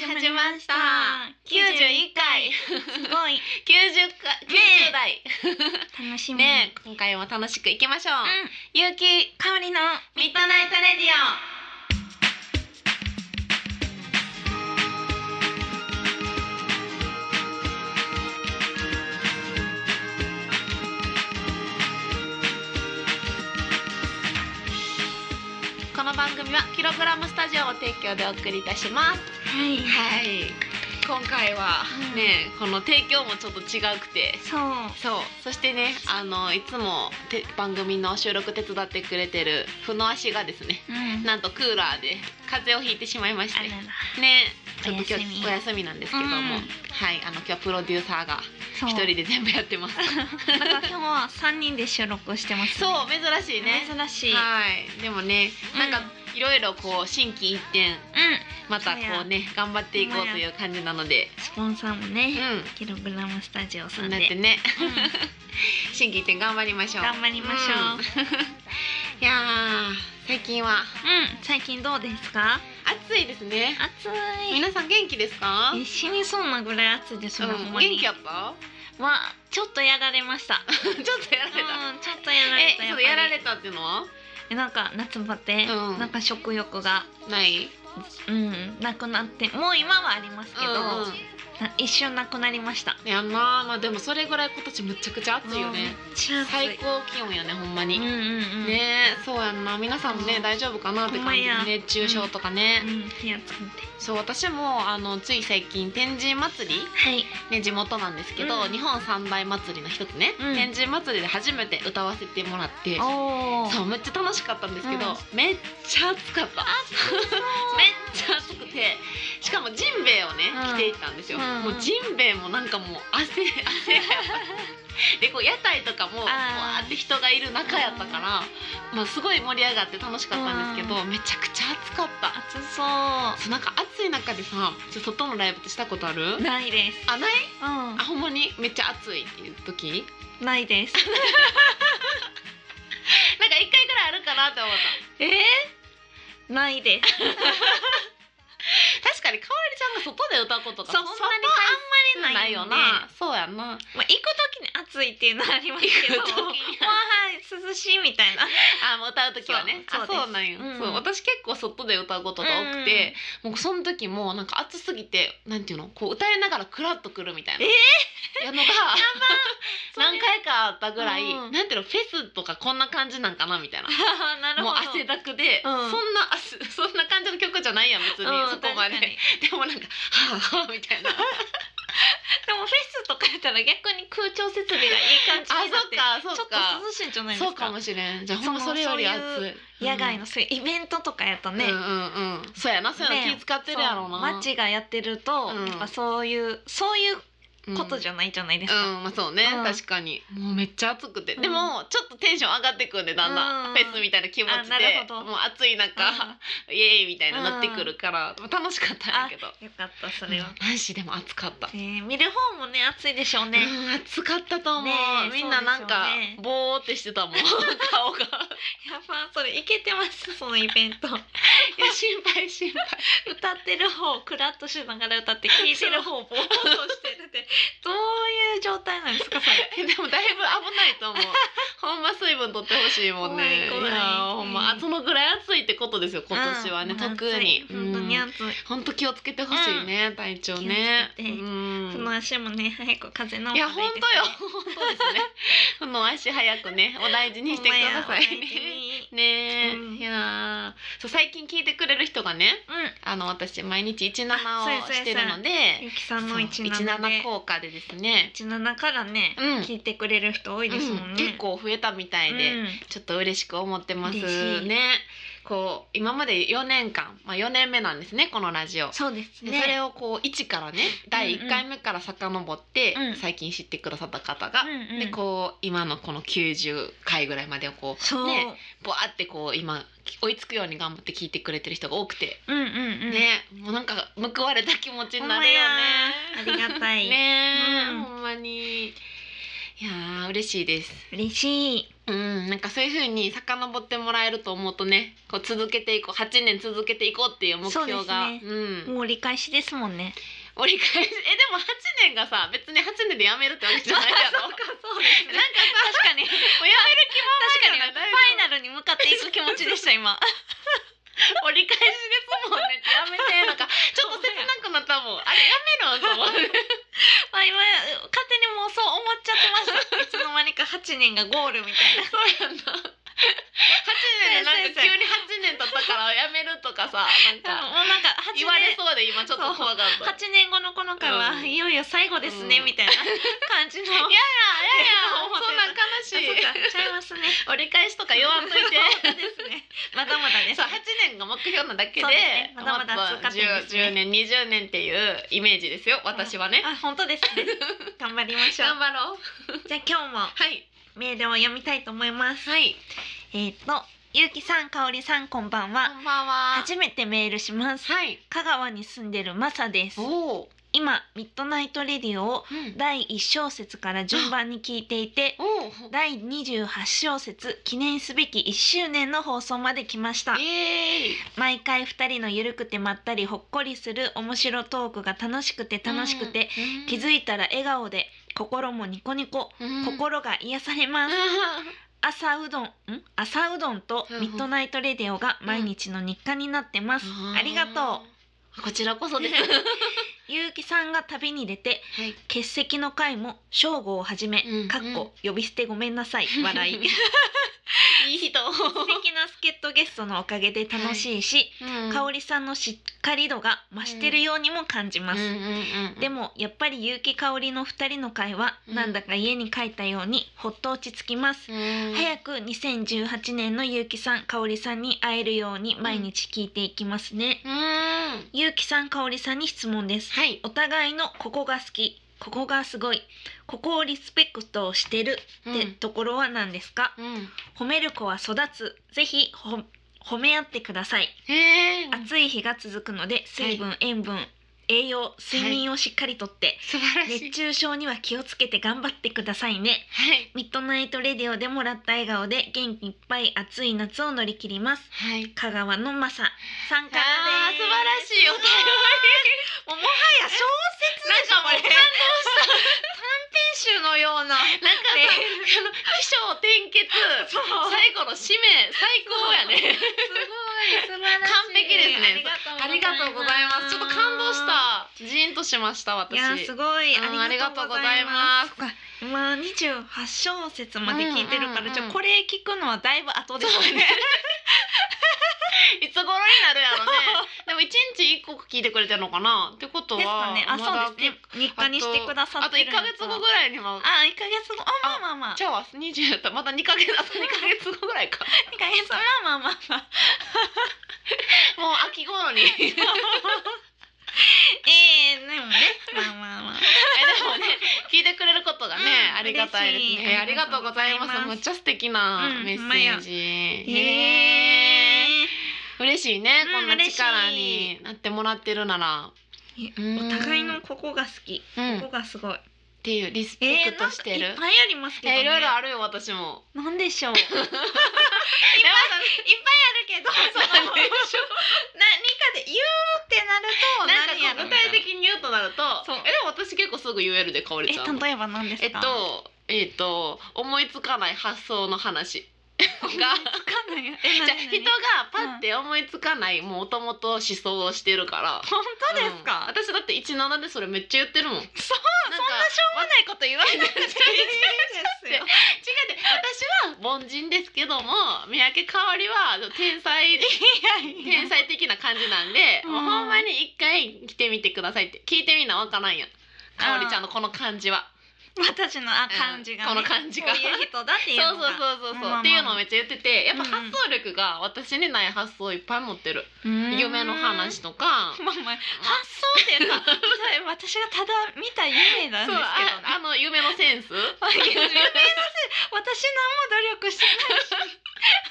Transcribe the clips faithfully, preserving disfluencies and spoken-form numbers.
始まりました。きゅうじゅういっかい。 すごい。 きゅうじゅうかきゅうじゅう代。 楽しみ。 ね、今回も楽しくいきましょう。 うん、 ゆうきかおりのミッドナイトレディオ。この番組はキログラムスタジオを提供でお送りいたします。 はいはい。今回はね、うん、この提供もちょっと違くて、 そうそう、そしてね、あのいつもて番組の収録手伝ってくれてるふのあしがですね、うん、なんとクーラーで風邪をひいてしまいまして、ね、ちょっと今日お休みなんですけども、うん、はい、あの今日プロデューサーが一人で全部やってます。だから今日は三人で収録してます、ね。 そう、珍しいね。 珍しい。 はい、でもね、なんか、いろいろこう心機一転、うん、またこうね頑張っていこうという感じなので、 スポンサーもね、うん、キログラムスタジオさんでなってね、うん、心機一転頑張りましょう。 頑張りましょう。うん、 いや最近は、 うん、最近どうですか？ 暑いですね。 暑い。 皆さん元気ですか？ え、死にそうなぐらい暑いですね。 うん、元気やった？ まあちょっとやられました。 ちょっとやられた。 うん、ちょっとやられた。 え、そうやられたっていうのは？ なんか夏バテ、うん、なんか食欲がない、 うん、なくなって、もう今はありますけど、うんうん、一瞬なくなりました。 いやな、まあでもそれぐらい今年むちゃくちゃ暑いよね。最高気温やね、ほんまに。うんうんうん、ね、そうやんな。皆さんもね、うん、大丈夫かなって感じで、熱中症とかね。 うんうん、気をつけて。 そう、私もあのつい最近天神祭り、はい、ね、地元なんですけど、うん、日本三大祭りの一つね、うん、天神祭りで初めて歌わせてもらって、そうめっちゃ楽しかったんですけど、うん、めっちゃ暑かった。めっちゃ暑くて、しかもジンベエをね、着ていったんですよ。うん、もうジンベエもなんかもう汗汗でこう屋台とかもわーって人がいる中やったから、まあ、すごい盛り上がって楽しかったんですけど、めちゃくちゃ暑かった。 暑そう。 そう、なんか暑い中でさ、外のライブってしたことある？ ないです。 あ、ない？うん、あ、ほんまにめっちゃ暑いっていう時？ ないです。 なんか一回ぐらいあるかなって思った。 えー、ないです。 確かにかおりちゃんが外で歌うことがそんなにあんまりないよな。そうやんな。 まあ、行く時に暑いっていうのはありますけど、 行く時にまあ、はい、涼しいみたいな。 あ、もう歌う時はね。そう、あ、そうなんよ、うん、そう、私結構外で歌うことが多くて、うん、もうその時もなんか暑すぎて、なんていうの、こう歌いながらクラッとくるみたいな。 えー、 やのが何回かあったぐらい、うん、なんていうの、フェスとかこんな感じなんかなみたいな。 なるほど。 もう汗だくで、うん、そんなそんな感じの曲じゃないやん別に、うん、そこまで。でもなんかはぁはぁみたいな。 でもフェスとかやったら逆に空調設備がいい感じになって、 あ、そうかそうか、 ちょっと涼しいんじゃないですか。 そうかもしれん。じゃあほんまそれより暑い。 野外のそういうイベントとかやとね、 うんうんうん、そうやな、そういうの気使ってるやろうな。 街がやってると、うん、やっぱそういうそういうことじゃないじゃないですか。 うん、うん、まあそうね、うん、確かにもうめっちゃ暑くて、うん、でもちょっとテンション上がってくんで、だんだん、うん、フェスみたいな気持ちで、もう暑い中、うん、イエーイみたいななってくるから、うん、楽しかったんやけど。 よかった、それは。 マジでも暑かった、 えー、見る方もね暑いでしょうね。 うん、暑かったと思う、ね、みんななんか、ね、ボーってしてたもん顔が。 やば、それいけてます、そのイベント。いや、心配心配。 歌ってる方クラッとしながら歌って、聴いてる方ボーっとしてるってどういう状態なんですかそれ。 でもだいぶ危ないと思う。ほんま水分取ってほしいもんね。いやほんま、そのぐらい暑いってことですよ今年はね、うん、特に。 本当に暑い。 本当気をつけてほしいね、うん、体調ね。 気をつけて、うん、その足もね早く風邪治って、ね、 いや本当よ、本当ですね。その足早くねお大事にしてくださいね。ね、うん、いやそう最近聞いてくれる人がね、うん、あの私毎日いちななをしてるので、 ゆきさんのいちななでいちなな効果でですね、 いちななからね、うん、聞いてくれる人多いですもんね、 うん、結構増えたみたいで、うん、ちょっと嬉しく思ってますね。こう今までよねんかん、まあ、よねんめなんですねこのラジオ。 そうですね。 でそれをこういちからねだいいっかいめから遡って、うんうん、最近知ってくださった方が、うんうん、でこう今のこのきゅうじゅっかいぐらいまでをこうねボワーってこう今追いつくように頑張って聞いてくれてる人が多くて、うんうんうん、ねもうなんか報われた気持ちになるよね。 ありがたいね、うん、ほんまに。 いやー嬉しいです。 嬉しい。 うん、なんかそういう風に遡ってもらえると思うとね、こう続けていこう、はちねん続けていこうっていう目標が、 そうですね、 うん、 もう折り返しですもんね。 折り返し、えでもはちねんがさ、別にはちねんでやめるってわけじゃないやろ。 そうか、そうですね。 なんかさ、 確かにもうやめる気満々じゃない。 確かにファイナルに向かっていく気持ちでした今。 折り返しですもんねってやめて、なんかちょっと切なくなったもん。あれやめろと思って。 まあ今勝手にもうそう思っちゃってました。いつの間にかはちねんがゴールみたいな。 そうやんな。はちねんでなんか急にはちねん経ったからやめるとかさ、なんかもうなんか言われそうで今ちょっと怖かった。 はちねんごのこの回は、うん、いよいよ最後ですね、うん、みたいな感じの。いやいやいやいやそんな悲しい。 そうかちゃいますね。 折り返しとか言わんといて。 そうですね。まだまだです、ね。 そうはちねんが目標なだけで、 ね、まだまだ通過点ですね。 じゅうねんにじゅうねんっていうイメージですよ。私はね。 あ本当ですね。頑張りましょう。 頑張ろう。じゃあ今日もはいメールを読みたいと思います。 はい。 えっと。ゆうきさん、かおりさん、こんばんは。 こんばんは。 初めてメールします。はい。香川に住んでるまさです。お今ミッドナイトレディオをだいいち小節から順番に聞いていて、うん、だいにじゅうはち小節記念すべきいっしゅうねんの放送まで来ました。毎回ふたりのゆるくてまったりほっこりする面白トークが楽しくて楽しくて、うん、気づいたら笑顔で心もニコニコ、うん、心が癒されます。朝うどん、ん朝うどんとミッドナイトレディオが毎日の日課になってます。うん、ありがとう。こちらこそです。 ゆうきさんが旅に出て、はい、欠席の回も正吾をはじめ、うん、かっこ呼び捨てごめんなさい笑い。 いい人。 素敵な助っ人ゲストのおかげで楽しいし、はい、かおりさんのしっかり度が増してるようにも感じます。でもやっぱりゆうきかおりのふたりの会は、うん、なんだか家に帰ったようにほっと落ち着きます。うん、早くにせんじゅうはちねんのゆうきさんかおりさんに会えるように毎日聞いていきますね。うん、ゆうきさんかおりさんに質問です。はい、お互いのここが好き、ここがすごい、ここをリスペクトをしてるってところは何ですか？うん、褒める子は育つ。ぜひほ褒め合ってください。へー、暑い日が続くので水分、はい、塩分、栄養、睡眠をしっかりとって、はい、素晴らしい。熱中症には気をつけて頑張ってくださいね。はい、ミッドナイトレディオでもらった笑顔で元気いっぱい暑い夏を乗り切ります。はい、香川のマサさんからです。 素晴らしいお便り。 もうもはや小説でしょ。これ感動した短編集のような、なんかね、あの起承転結、最後の締め最高やね。すごい素晴らしい。 完璧ですね。ありがとうございます。ちょっと感動した。ジーンとしました私。 いやすごい、 ありがとうございます。 今にじゅうはち小節まで聞いてるから、じゃこれ聞くのはだいぶ後ですね。 いつ頃になるやろね。でも一日一個聞いてくれてるのかなってことは、 ね、あ、そうですね。日課にしてくださってる。 あといっかげつごぐらいには。 あ、いっかげつご。あ、まあまあまあ。 じゃあにじゅうまたにかげつあとにかげつごぐらいか。 にかげつまあまあまあまあ。 もう秋頃に。 ええー、でもね、まあまあまあ。 えでもね、聞いてくれることがね、うん、ありがたいですね。ありがとうございます。めっちゃ素敵なメッセージ。うん、へえ。嬉しいね、うん、こんな力になってもらってるなら。 お互いのここが好き、うん、ここがすごい。 っていうリスペクトしてる。 えー、いっぱいありますけどね。 いろいろあるよ私も。 なんでしょう。いっぱいいっぱいあるけど、その何かで言うってなると、 なんか具体的に言うとなると、えでも私結構すぐ言えるで、かおりちゃん。 え例えば何ですか。 えっとえっと思いつかない発想の話。がじゃあ人がパッて思いつかない、もともと思想をしてるから。 本当ですか、 うん、私だってじゅうななでそれめっちゃ言ってるもん。そう、 そんなしょうもないこと言わなくていいですよ。 違う違う、私は凡人ですけども、三宅かおりは天才天才的な感じなんで、うん、もうほんまに一回来てみてくださいって聞いてみなわからんやん、かおりちゃんのこの感じは。 私のあ感じが、ね、 この感じがこういう人だっていうのがそうそうそうそう、まあまあ、っていうのをめっちゃ言ってて、やっぱ発想力が私にない発想をいっぱい持ってる。夢の話とか、 まあまあ、発想ってさ私がただ見た夢なんですけど、ね、 あ, あの夢のセンス夢のセンス私何も努力してないし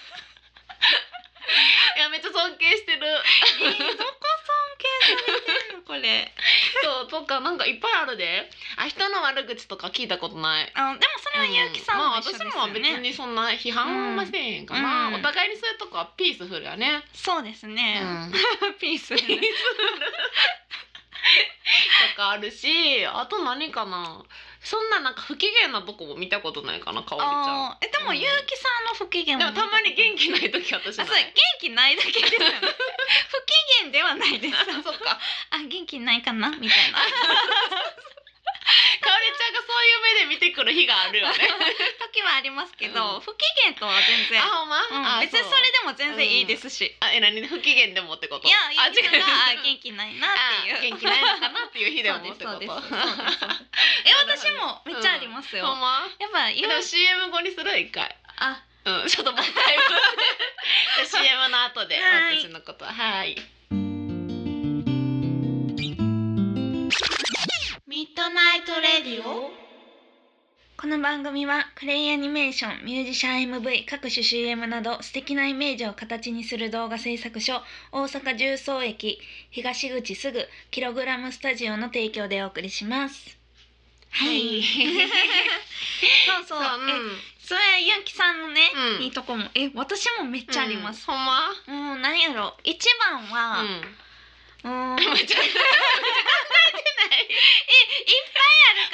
いやめっちゃ尊敬してる。 えー、どこ尊敬されてんのこれ。 そうとかなんかいっぱいあるで。 あ、人の悪口とか聞いたことない。 あ、でもそれはゆうきさんも一緒ですよね。 まあ私も別にそんな批判はませんへんかな、うん、お互いにそういうとこはピースフルやね。 そうですね、うん、ピースフルとかあるし、あと何かな、そんななんか不機嫌なとこも見たことないかな、かおりちゃん。 え、でもゆうきさんの不機嫌も、でもたまに元気ない時私ない。 あ、そう、元気ないだけですよね不機嫌ではないですそっか、 あ、元気ないかなみたいなかおりちゃんがそういう目で見てくる日があるよね時はありますけど、うん、不機嫌とは全然、 あ、ほんま、うん、 あ、別にそれでも全然いいですし、 うん、あ、え、何、不機嫌でもってこと？ いや、ゆうきさんがあ、元気ないなっていう元気ないのかなっていう日でもってこと？ そうですそうですえ、私もめっちゃありますよ、 うん、ほんま？ やっぱでも シーエム 後にする一回。 あ、 うん、ちょっともったいぶシーエム の後で私のことは、はい。ミッドナイトレディオ。 この番組はクレイアニメーション、ミュージシャン エムブイ、各種 シーエム など素敵なイメージを形にする動画制作所、大阪重曹駅東口すぐキログラムスタジオの提供でお送りします。はい。そうそう。そう、うん、え、それゆうきさんのね、うん、いいとこも、え、私もめっちゃあります。 うん、ほんま？ うん、何やろ。一番は、うん。うん。めっちゃ考えてない。え、いっぱいあるから。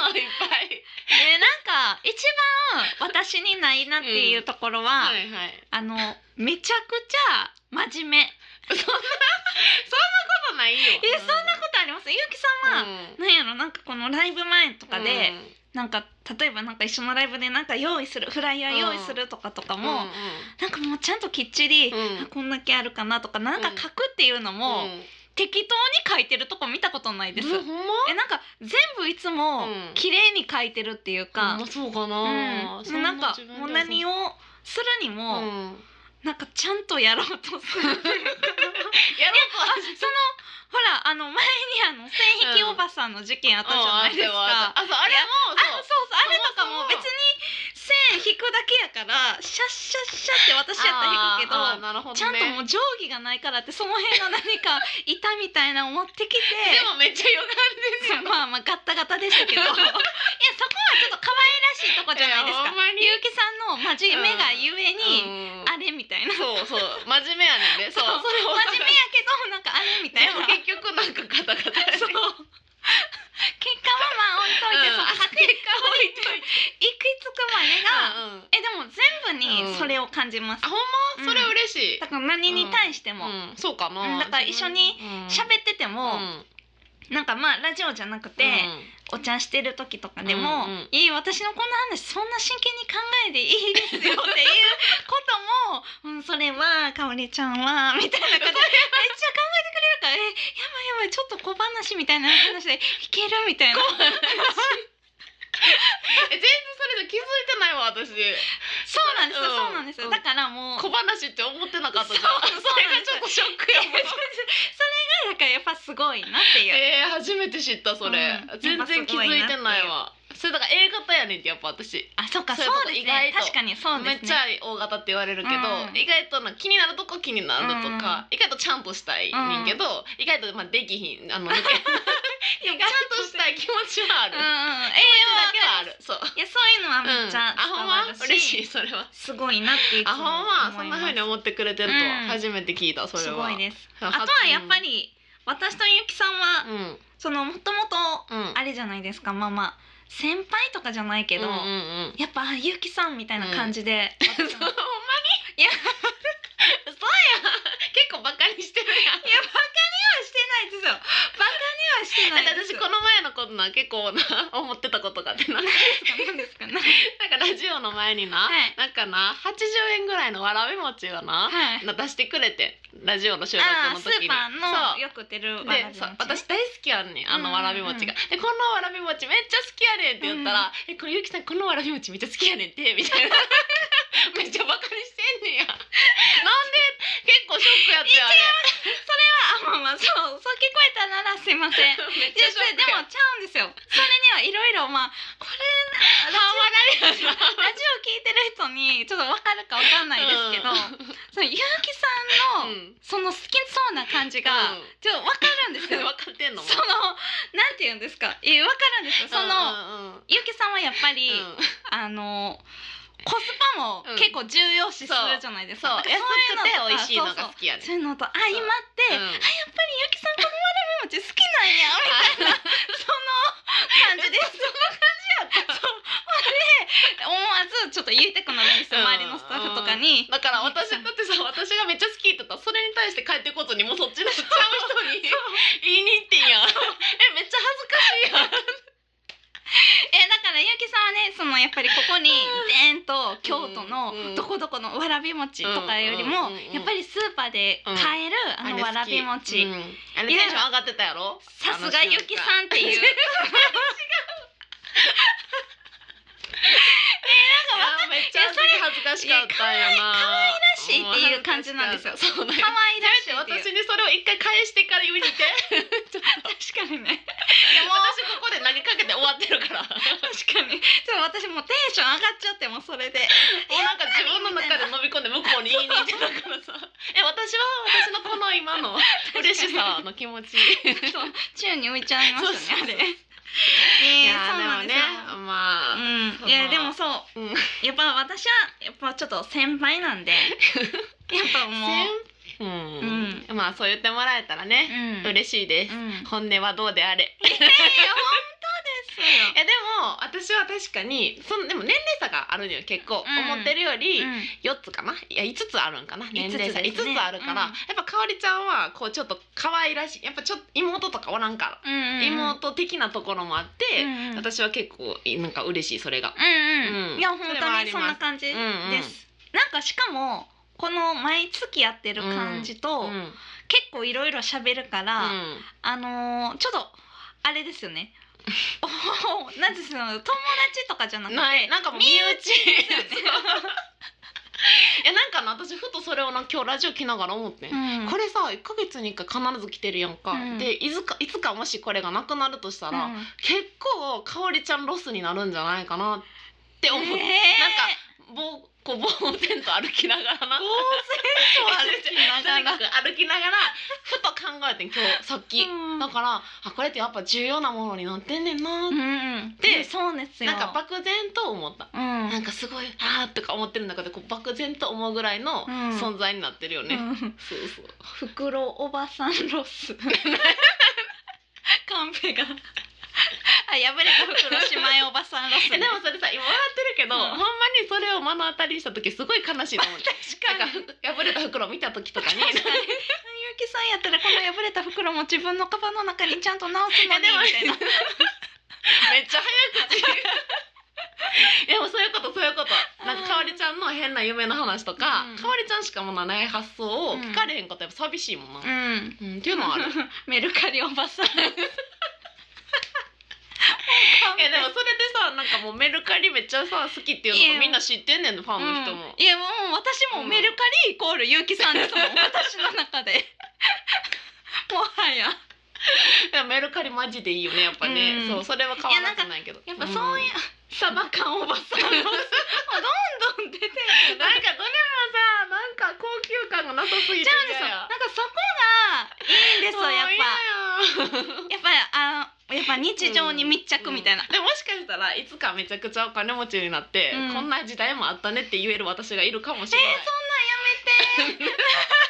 あんのいっぱい。 で、なんか一番私にないなっていうところは、うん、はいはい、あのめちゃくちゃ真面目。 そんなそんなことないよ。 え、そんなことあります？ゆうきさんは、うん、なんやろ、なんかこのライブ前とかで、うん、なんか例えばなんか一緒のライブでなんか用意するフライヤー用意するとかとかも、うん、なんかもうちゃんときっちり、うん、こんだけあるかなとかなんか書くっていうのも、うん、適当に書いてるとこ見たことないです。うん、え、なんか全部いつも綺麗に書いてるっていうか、 うん、そうかな、 うん、なんかもう何をするにも、うん、なんかちゃんとやろうとするやろうとそのほら、あの前にあの線引きおばさんの事件あったじゃないですか、うん、あ, あ, そうあれもそうそうそう、あれとかも別に線引くだけやからシャッシャッシャッって私やったら引くけ ど, ど、ね、ちゃんともう定規がないからってその辺の何か板みたいなのを持ってきてでもめっちゃ歪んでるよ。 まあまあガッタガタでしたけどいや、そこはちょっと可愛らしいとこじゃないですか。ゆうきさんの真面目がゆえに、うん、あれみたいな、 そうそう真面目やねんね。そうそう真面目やけどなんかあれみたいな、 でも結局なんかガタガタやね。 そう結果はまあ置いといて、うん、その果て結果置いといて行き着くまでが、うんうん、え、でも全部にそれを感じます、 うん、あ、ほんま、それ嬉しい。 だから何に対しても、 うんうん、そうかな、 だから一緒に喋ってても、うん、なんかまあラジオじゃなくて、うん、お茶してる時とかでも、うんうん、いい、私のこの話そんな真剣に考えていいですよっていうことも、うん、それはかおりちゃんはみたいな感じでめっちゃ考えてくれるから、え、やばいやばい、ちょっと小話みたいな話で弾けるみたいなえ、全然それで気づいてないわ私。 そうなんですよ、うん、そうなんですよ。だからもう小話って思ってなかったじゃん。そ, それがちょっとショックやもん。それがだからやっぱすごいなっていう。 えー、初めて知ったそれ、うん、全然気づいてないわ。それだから A 型やねんってやっぱ私。 あ、そっか、そうですね。確かにそうですね。 めっちゃ O 型って言われるけど、うん、意外とな気になるとこ気になるとか、うん、意外とちゃんとしたいねんけど、うん、意外とまあできひん、あのちゃんとしたい気持ちはある。うんうん、気持ちだけはある。そう。 いや、そういうのはめっちゃ伝わるし、 うん、あ、ほんま嬉しい、それは。 すごいなっていつも思います。 あ、ほんまそんな風に思ってくれてるとは初めて聞いた、それは。 すごいです。あとはやっぱり、うん、私とゆきさんは、うん、そのもともとあれじゃないですか、まあまあ先輩とかじゃないけど、うんうんうん、やっぱゆきさんみたいな感じで、 うん、ほんまにいやそうや結構バカにしてるやん。 いやバカにはしてないですよ。バカにはしてないです。 私この前のことな結構な思ってたことがあってな。 何ですか何ですか。 なんかラジオの前にな、はい、なんかなはちじゅうえんぐらいのわらび餅をな、はい、出してくれてラジオの収録の時に、 スーパーのよく売ってるわらび餅、 ね、私大好きやんねん、あのわらび餅が、うんうん、でこのわらび餅めっちゃ好きやねんって言ったら、うん、えこれゆきさんこのわらび餅めっちゃ好きやねんってみたいなめっちゃバカにしてんねんや。なんで結構ショックやってあれ。 それはあ、まあまあそうそう聞こえたならすいません。めっちゃショックや。でもちゃうんですよ。それにはいろいろまあこれラジオラジオ聞いてる人ににちょっとわかるかわかんないですけど、うん、そのゆうきさんの、うん、その好きそうな感じが、うん、ちょっとわかるんですよ。 わかってんの？ そのなんて言うんですか、えわかるんですよ。その、うんうんうん、ゆうきさんはやっぱり、うん、あのコスパも結構重要視するじゃないですか。 そう、そう安くて美味しいのが好きやね。 そういうのと相まって、うん、あやっぱりゆきさんこのわらび餅好きなんやみたいなその感じです。その感じやった。そうで思わずちょっと言いたくなるんですよ、うん、周りのスタッフとかに。 だから私だってさ、私がめっちゃ好きって言ったらそれに対して帰ってこずにもうそっちのちゃう人に言いに行ってんやん。えめっちゃ恥ずかしいやん。 えだからゆうきさんはね、そのやっぱりここにでんと京都のどこどこのわらび餅とかよりもやっぱりスーパーで買えるあのわらび餅、うん、 あれテンション上がってたやろ。 さすがゆうきさんっていう。違う。 めっちゃ恥ずかしかったんやな。 可愛らしいっていう感じなんですよ。 そうね。 可愛らしい。 私にそれを一回返してから言うにて。 ちょっと確かにね。 でも私ここで投げかけて終わってるから。 確かに。ちょっと私もテンション上がっちゃってもそれで。 もうなんか自分の中で飲み込んで向こうに言いに行ってたからさ。え私は私のこの今の嬉しさの気持ち。 そう宙に浮いちゃいましたねあれ。 いやそうなんですよ。まあ、 うん、いやでもそう、うん、やっぱ私はやっぱちょっと先輩なんで、やっぱもう、 うんうん、まあそう言ってもらえたらね、うん、嬉しいです、うん。本音はどうであれ。 いやいや本当ですよ。 いやでも私は確かにそのでも年齢差があるのよ結構、うん、思ってるよりよっつかな、いやいつつあるんかな、年齢差いつつあるから、うん、やっぱかおりちゃんはこうちょっと可愛らしい、やっぱちょっと妹とかおらんから、うんうんうん、妹的なところもあって、うんうん、私は結構なんか嬉しいそれが。 うんうんうん、いや本当にそんな感じです。うんうん、なんかしかもこの毎月やってる感じと、うんうん、結構いろいろ喋るから、うん、あのー、ちょっとあれですよね。なんですよ、友達とかじゃなくてないなんかもう身内ですよね。いやなんかな私ふとそれをな今日ラジオ来ながら思って、うん、これさいっかげつにいっかい必ず来てるやんか、うん、でいつかいつかもしこれがなくなるとしたら、うん、結構かおりちゃんロスになるんじゃないかなって思って、えー、なんかぼこうぼうぜんと歩きながらなぼうぜんと歩きながら歩きながらふと考えてん今日さっき、うん、だからあこれってやっぱ重要なものになってんねんなって、うんうん、 そうですよ。 なんか漠然と思った、うん、なんかすごいあーとか思ってる中でこう漠然と思うぐらいの存在になってるよね、うん、そうそう袋おばさんロスカンペがあ破れた袋しまいおばさんロス、ね、 でもそれさ今笑ってるけど、うん、ほんまにそれを目の当たりした時すごい悲しいと思う。 確かに破れた袋見た時とかにゆうきさんやったらこの破れた袋も自分のカバンの中にちゃんと直すのにみたいなめっちゃ早口でもそういうことそういうことなんかかおりちゃんの変な夢の話とか、うん、かおりちゃんしかもない発想を聞かれへんことやっぱ寂しいもんな、うんうん、っていうのはあるメルカリおばさんいやでもそれでさなんかもうメルカリめっちゃさ好きっていうのがみんな知ってんねんのファンの人も、 うん、いやもう私もメルカリイコールゆうきさんですもん私の中でもはやいやメルカリマジでいいよねやっぱね、うん、そうそれは変わらないけどやっぱそういう、うん、サバ缶おばさんのどんどん出てるなんかどれもさなんか高級感がなさすぎて嫌や。 なんかそこがいいんですよやっぱやっぱりあのやっぱ日常に密着みたいな、 うんうん、でもしかしたらいつかめちゃくちゃお金持ちになって、うん、こんな時代もあったねって言える私がいるかもしれない。 えー、そんなんやめて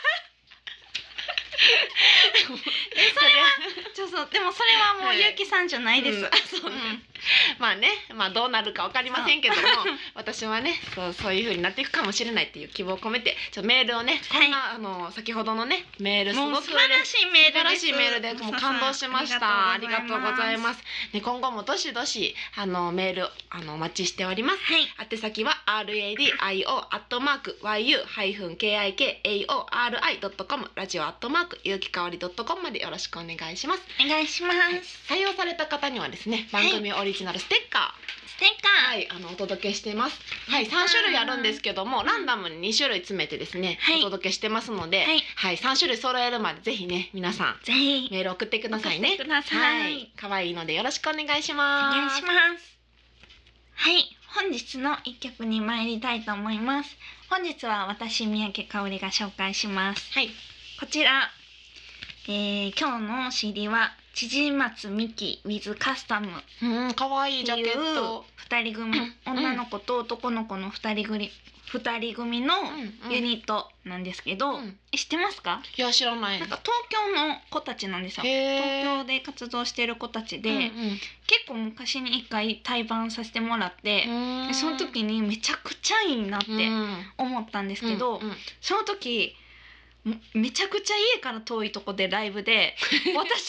えそれはちょっとでもそれはもうゆうきさんじゃないです、はいうん、 そうね、うん、まあねまあどうなるか分かりませんけども私はねそうそういう風になっていくかもしれないっていう希望を込めてちょっとメールをね、はい、こんなあの先ほどのねメールすごく素晴らしいメールです。 素晴らしいメールでもう感動しました。ありがとうございます、ね、今後もどしどしあのメールあのお待ちしております、はい、宛先は アールエーディーアイオー アットマーク ワイユー ハイフン ケーアイケーエーオーアールアイ ドットコム ラジオアットマークゆうきかおり ドットコム までよろしくお願いします。 お願いします、はい、 採用された方にはですね番組オリジナルステッカー、はい、 ステッカー、 はい、あのお届けしています。はい、さん種類あるんですけども、ランダムにに種類詰めてですね、はい、お届けしてますので、はい、はい、さん種類揃えるまでぜひね皆さんぜひメール送ってくださいね。 送ってください。 はい、可愛いのでよろしくお願いします。 お願いします。はい、 本日の一曲に参りたいと思います。本日は私三宅香織が紹介します。 はい。 こちら、えー、今日の シーディー は辻松美紀 with カスタムっていうかわいいジャケット。 二人組、女の子と男の子の二人組二人組のユニットなんですけど、うんうん、知ってますか？ いや知らない。 なんか東京の子たちなんですよ。東京で活動してる子たちで、うんうん、結構昔に一回対バンさせてもらって、でその時にめちゃくちゃいいなって思ったんですけど、うんうん、その時めちゃくちゃ家から遠いとこでライブで私も物販の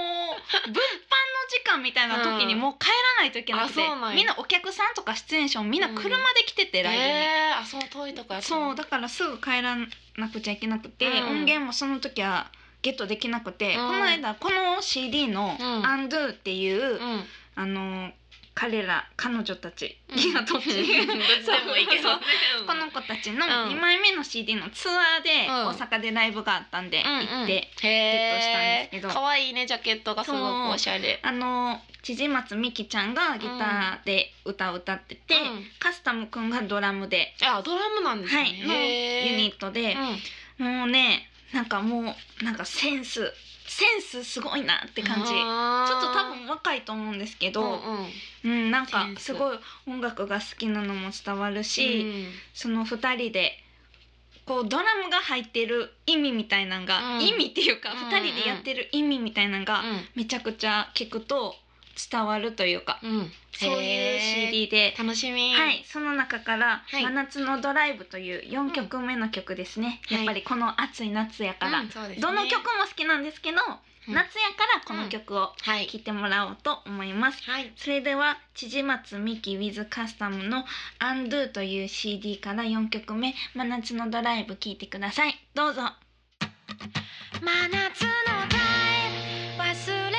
時間みたいな時にもう帰らないといけなくて、うん、みんなお客さんとか出演者もみんな車で来てて、うん、ライブに、 えー、あそう遠いとこやった。 そうだからすぐ帰らなくちゃいけなくて、うん、音源もその時はゲットできなくて、うん、この間この シーディー の「アンドゥ」っていう、うん、あの彼ら彼女たち、うん、いやどっちでもいいけどこの子たちのにまいめの シーディー のツアーで大阪でライブがあったんで、うん、行ってゲットしたんですけど、 可愛いねジャケットがすごくおしゃれ。 あの辻松美紀ちゃんがギターで歌を歌ってて、うん、カスタムくんがドラムで、 あドラムなんですね、 はい、のユニットで、うん、もうねなんかもうなんかセンスセンスすごいなって感じ。ちょっと多分若いと思うんですけど、うん、うん、なんかすごい音楽が好きなのも伝わるし、うん、そのふたりでこうドラムが入ってる意味みたいなのが、うん、意味っていうか、うん、ふたりでやってる意味みたいなのが、うん、めちゃくちゃ聞くと伝わるというか、うん、そういう シーディー で楽しみ。 はい、その中から「真夏のドライブ」というよんきょくめの曲ですね、うん、やっぱりこの暑い夏やから、うんね、どの曲も好きなんですけど、うん、夏やからこの曲を聴いてもらおうと思います、はい、それでは辻松美紀 with カスタムの「アンドゥ」という シーディー からよんきょくめ「真夏のドライブ」聴いてください。どうぞ。 真夏のドライブ忘れ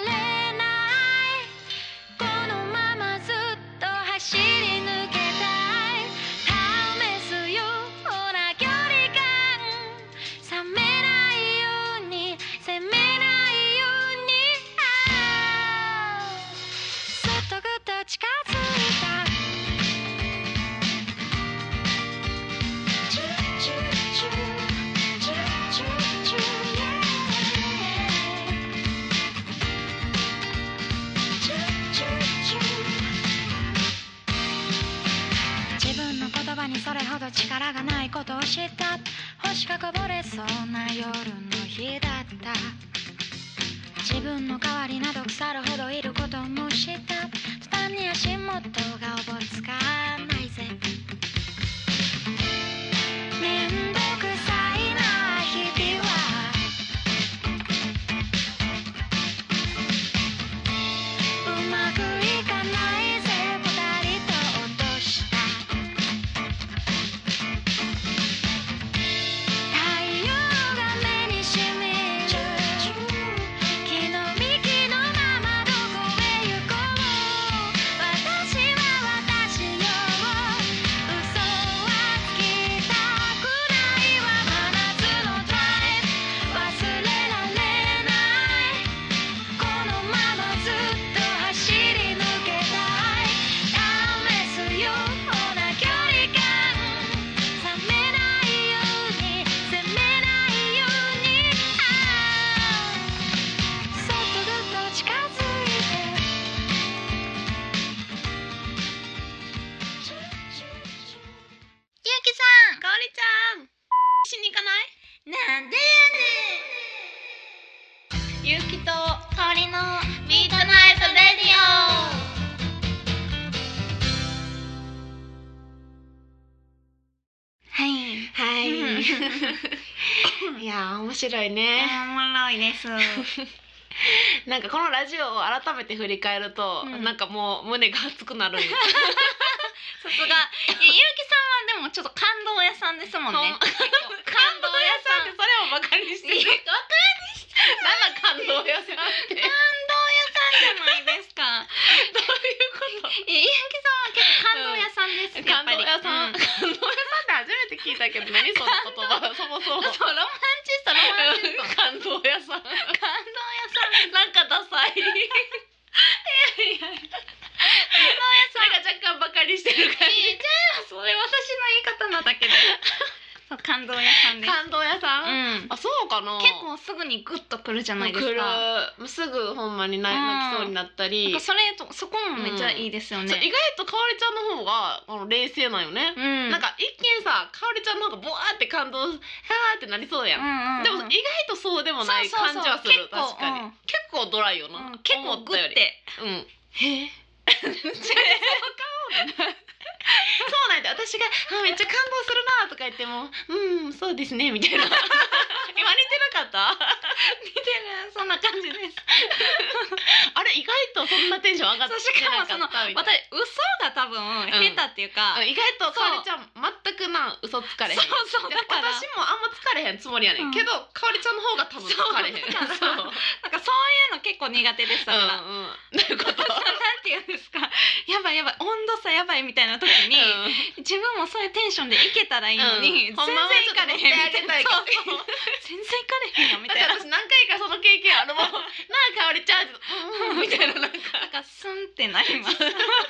走り抜けたい試すような距離感冷めないように責めないようにそっとぐっと近づいたチューチューチューチューチューチューチューチューチュー言葉にそれほど力がないことを知った。星がこぼれそうな夜の日だった。自分の代わりなど腐るほどいることも知った。途端に足元がおぼつかないぜ。めんどくさいな日々はうまくいかないぜ。なんでやねん。ゆうきとかおりのミートナイトレディオ。 はいはいいや面白いね。 おもろいですなんかこのラジオを改めて振り返ると、うん、なんかもう胸が熱くなるんですさすがゆうきさんはでもちょっと感動屋さんですもんね感動屋さんってそれをバカにしてる。 バカにしてる。 なんだ感動屋さんって感動屋さんじゃないですかどういうこと。 ゆうきさんは結構感動屋さんです、うん、やっぱり感動屋さん、うん、感動屋さんって初めて聞いたけど何その言葉そもそもそうロマンチストロマンチスト感動屋さん感動屋さんなんかダサいいやいや感動屋さんが若干バカにしてる感動屋さんです。 感動屋さん、 うん、 あ、そうかな。 結構すぐにグッとくるじゃないですか。 来る、すぐほんまに泣きそうになったり、 なんかそれとそこもめっちゃいいですよね、 うん、意外とかおりちゃんの方があの冷静なんよね、うん、なんか一見さかおりちゃんの方がボワーって感動はーってなりそうやん、うんうんうん、でも意外とそうでもない感じはする。そうそうそう、確かに、うん、結構ドライよな、うん、 結構グッて、 うん、へえそうなんで、私がめっちゃ感動するなとか言っても、うんそうですねみたいな今似てなかった似てる、そんな感じですあれ意外とそんなテンション上がってなかったみたいな。しかもその私嘘が多分下手っていうか、 うん、意外とかおりちゃん全くな嘘つかれへん。 そうそう、だから私もあんまつかれへんつもりやねん、うん、けどかおりちゃんの方が多分つかれへん。そう、 なんかそういうの結構苦手でしたから、 うんうん、どういうことなんていうんですか、やばいやばい温度差やばいみたいな時に、うん、自分もそういうテンションでいけたらいいのに、うん、全然いかれへんみたいな。そうそう、全然いかれへんよみたいな。 私何回かその経験あるもんなあ、かおりちゃん、うん、みたいな、なんかなんかスンってなります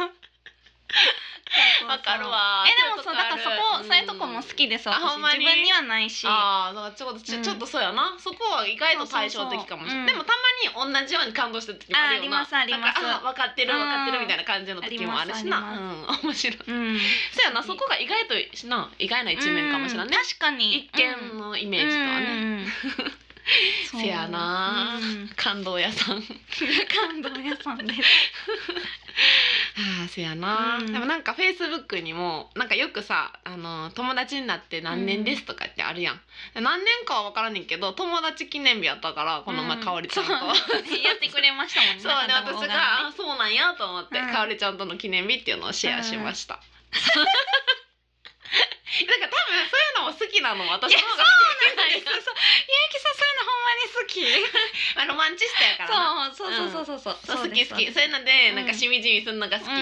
わかるわ。 え、でもそうだからそこ、うん、そういうとこも好きです私。自分にはないし。 ああ、だからちょっとちょ、うん、ちょっとそうやな。そこは意外と対照的かもしれない。でもたまに同じように感動してる時もあるよな。 ありますあります。 なんか、あ、分かってる分かってるみたいな感じの時もあるしな。うん、面白い。うん、そうやな、そこが意外とな意外な一面かもしれないね。 確かに。 一見のイメージとはね。うんせやな、うん、感動屋さん感動屋さんですああ、せやな、うん、でもなんかフェイスブックにもなんかよくさ、あの友達になって何年ですとかってあるやん、うん、何年かは分からんねんけど友達記念日やったからこの前かおりちゃんと、うん、 やってくれましたもんね。 そうで、私があそうなんやと思って、うん、かおりちゃんとの記念日っていうのをシェアしました、うんなんか多分そういうのも好きなの私の方が好きなんです。そうそう、 ゆうきさんそういうのほんまに好きまあロマンチストやからな。そうそうそうそうそう、 うん、そう好き好き、そういうのでなんかしみじみするのが好き、うん、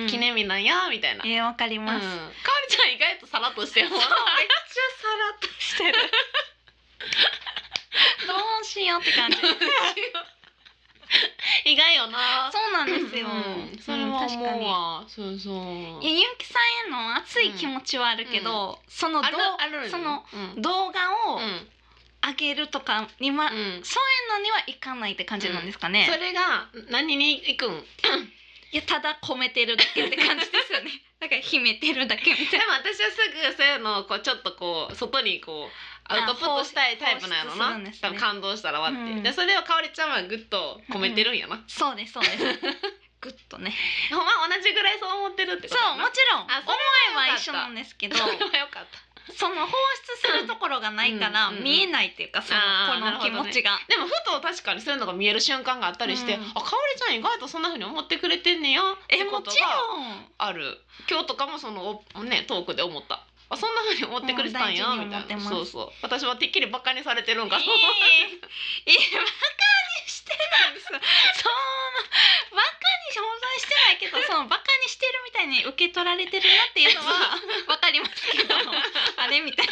記念日なんやみたいな。 えー、わかります、うん、 かおりちゃん意外とさらっとしてるもん。めっちゃさらっとしてるどうしようって感じ意外よな。 そうなんですよ、 うん、それは思うわ、うん、そうそう。 いや、ゆうきさんへの熱い気持ちはあるけど、うん、そのどその、うん、動画を上げるとかにま、うん、そういうのにはいかないって感じなんですかね、 うん、それが何にいくんいや、ただ込めてるだけって感じですよねだから秘めてるだけみたいな。 でも私はすぐそういうのをこうちょっとこう外にこうアウトプットしたいタイプなんやろな、ね、多分感動したらわって、うん、でそれをかおりちゃんはグッと込めてるんやな、うん、 そうですそうですグッとねほんま同じぐらいそう思ってるってこと。 そう、もちろん思いは一緒なんですけどそれはよかったその放出するところがないから見えないっていうか、そのこの気持ちが、 ね、でもふと確かにそういうのが見える瞬間があったりして、うん、あ、かおりちゃん意外とそんな風に思ってくれてんねやってことがある。今日とかもそのねトークで思った。あ、そんな風に思ってくれてたんやみたいな。そうそう、私はてっきりバカにされてるんかと思って、 えー、えー、バカにしてないんですよそのバカに存在してないけど、そのバカにしてるみたいに受け取られてるなっていうのはわかりますけどあれみたいな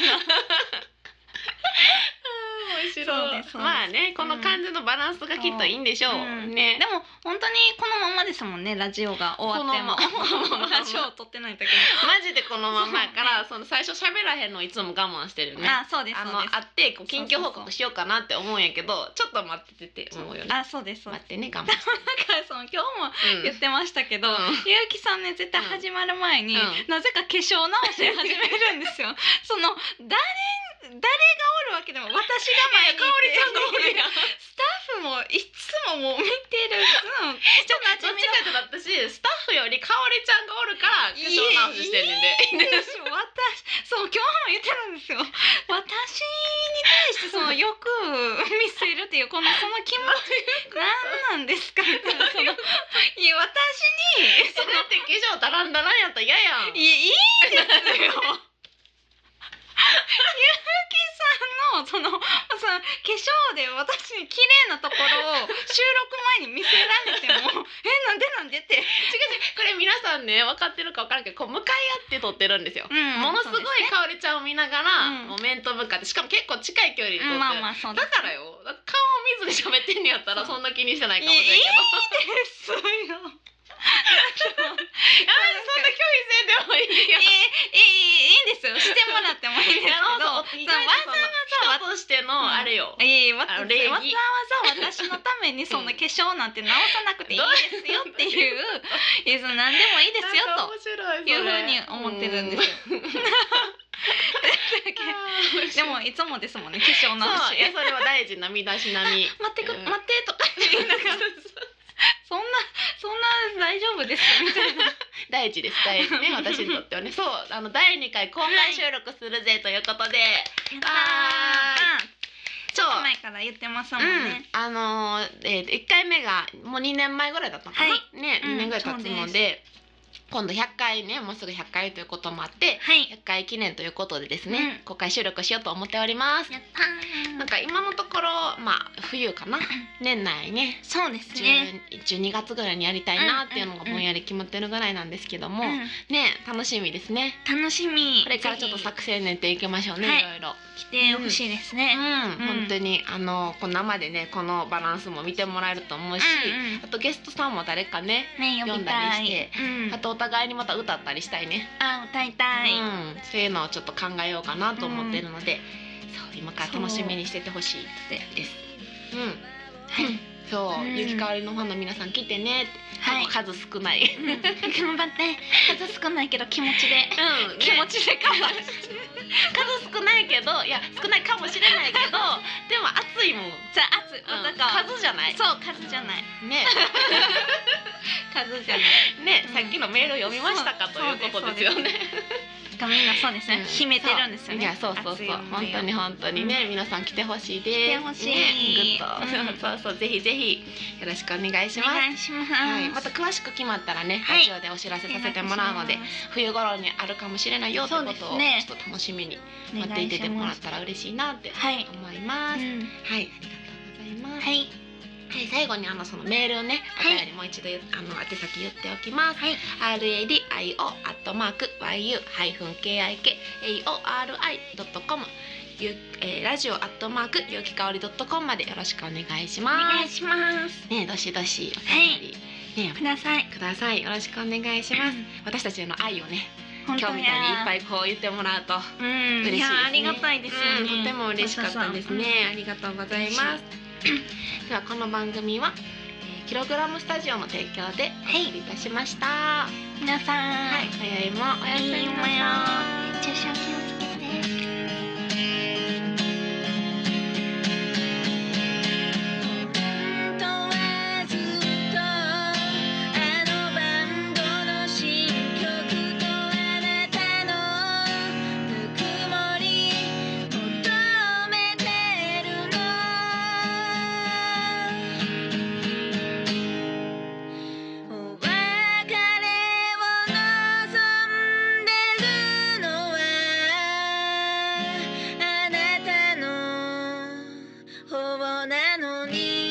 面白い。まあね、この感じのバランスがきっといいんでしょう、うん、ね。 でも本当にこのままですもんね、ラジオが終わってもラジオを撮ってない時にマジでこのままやから、その最初喋らへんのいつも我慢してるね。 あ、そうです、 あの会ってこう近況報告しようかなって思うんやけど、ちょっと待っててって思うよね。 あ、そうです、 待ってね、我慢してなんかその今日も言ってましたけど、うん、ゆうきさんね絶対始まる前に、うん、なぜか化粧直し始めるんですよその誰誰がおるわけでも私が前にいて、 かおりちゃんがおるやんスタッフもいつももう見てる、うん、 ちょっとどっちかってなったし、スタッフよりかおりちゃんがおるから化粧直ししてんねんで。 いいですよ私そう今日も言ってるんですよ私に対してそのよく見せるっていうこのその気持ち何なんですかみたいな、そのいや私にそれって化粧ダランダランやったら嫌やん。 いや、いいですよゆうきさんのそのその化粧で私に綺麗なところを収録前に見せられてもえ、なんでなんでって違う違う、 これ皆さんね分かってるか分からんけど、こう向かい合って撮ってるんですよ、うん、ものすごいかおりちゃんを見ながら、うん、もう面と向かって、しかも結構近い距離で撮ってる、うん、まあまあそうです、だからよ、顔を見ずに喋ってんのやったらそんな気にしてないかもしれないけど、 いいですよそんな拒否せんでもいいよ。 いいいいんですよ。してもらってもいいんですけど、わざわざ人としてのあれよ。 いいわざわざ私のためにそんな化粧なんて直さなくていいですよっていう、いや何でもいいですよというふうに思ってるんですよ。でもいつもですもんね、化粧直し。 いやそれは大事な身だしなみ。 待ってく待ってとか言いながら。そんなそんな大丈夫ですみたいな。 大事です大事ね、私にとってはね。そうあのだいにかい公開収録するぜということで、 ああちょっと前から言ってますもんね。 あのえいっかいめがもうにねんまえぐらいだったかなね、にねんぐらい経つので。今度ひゃっかいね、もうすぐひゃっかいということもあって、はい、ひゃっかい記念ということでですね、うん、公開収録しようと思っております。やったー。なんか今のところまあ冬かな、年内ね、 そうですね、 じゅうにがつぐらいにやりたいなっていうのがぼんやり決まってるぐらいなんですけども、うん、ね楽しみですね。 楽しみ。 これからちょっと作戦練っていきましょうね、はい、いろいろ来てほしいですね。 うん、うんうん、本当にあのこう生でねこのバランスも見てもらえると思うし、うんうん、あとゲストさんも誰かね読んだりして、うん、あとお互いにまた歌ったりしたいね。 あ、歌いたい、 うん、そういうのをちょっと考えようかなと思ってるので、うん、そう今から楽しみにしててほしいです。うん、はい。そう、うん、雪かおりのファンの皆さん来てねって、はい、数少ない、うん、 頑張って数少ないけど気持ちで、うん、気持ちでカバーして数少ないけどいや少ないかもしれないけどでも熱いもん。 じゃあ熱い、 うん、数じゃない。 そう数じゃないね数じゃないね、うん、さっきのメール読みましたかということですよね。 みんなそうですね、うん、秘めてるんですよね。 いやそうそうそう本当に本当にね、うん、皆さん来てほしいです。 来てほしい、 ね、グッと、うん、そうそうぜひぜひよろしくお願いします。 お願いします、 はい、また詳しく決まったらね、はい、ラジオでお知らせさせてもらうので、冬頃にあるかもしれないよってことを、ね、ちょっと楽しみに待っていててもらったら嬉しいなって思います。はい、うん、はい、ありがとうございます。はい。はい、最後にあのそのメールをね、お便りもう一度、はい、あの宛先言っておきます。はい、アールエーディーアイオー アットマーク ワイユー ハイフン ケーアイケーエーオーアールアイ ドットコム、ゆ、えー、ラジオアットマークゆうきかおり ドットコム までよろしくお願いします。 お願いします。 ね、どしどしお便り、 はい、ね、くださいください。よろしくお願いします。私たちへの愛をね。今日みたいにいっぱいこう言ってもらうと嬉しいですね。 ありがたいですよね、 うん、とても嬉しかったですね。ありがとうございます。ではこの番組は、えー、キログラムスタジオの提供でお送りいたしました。はい、 皆さん、 はい、今宵もおやすみなさい。 熱中症気をつけて。なのに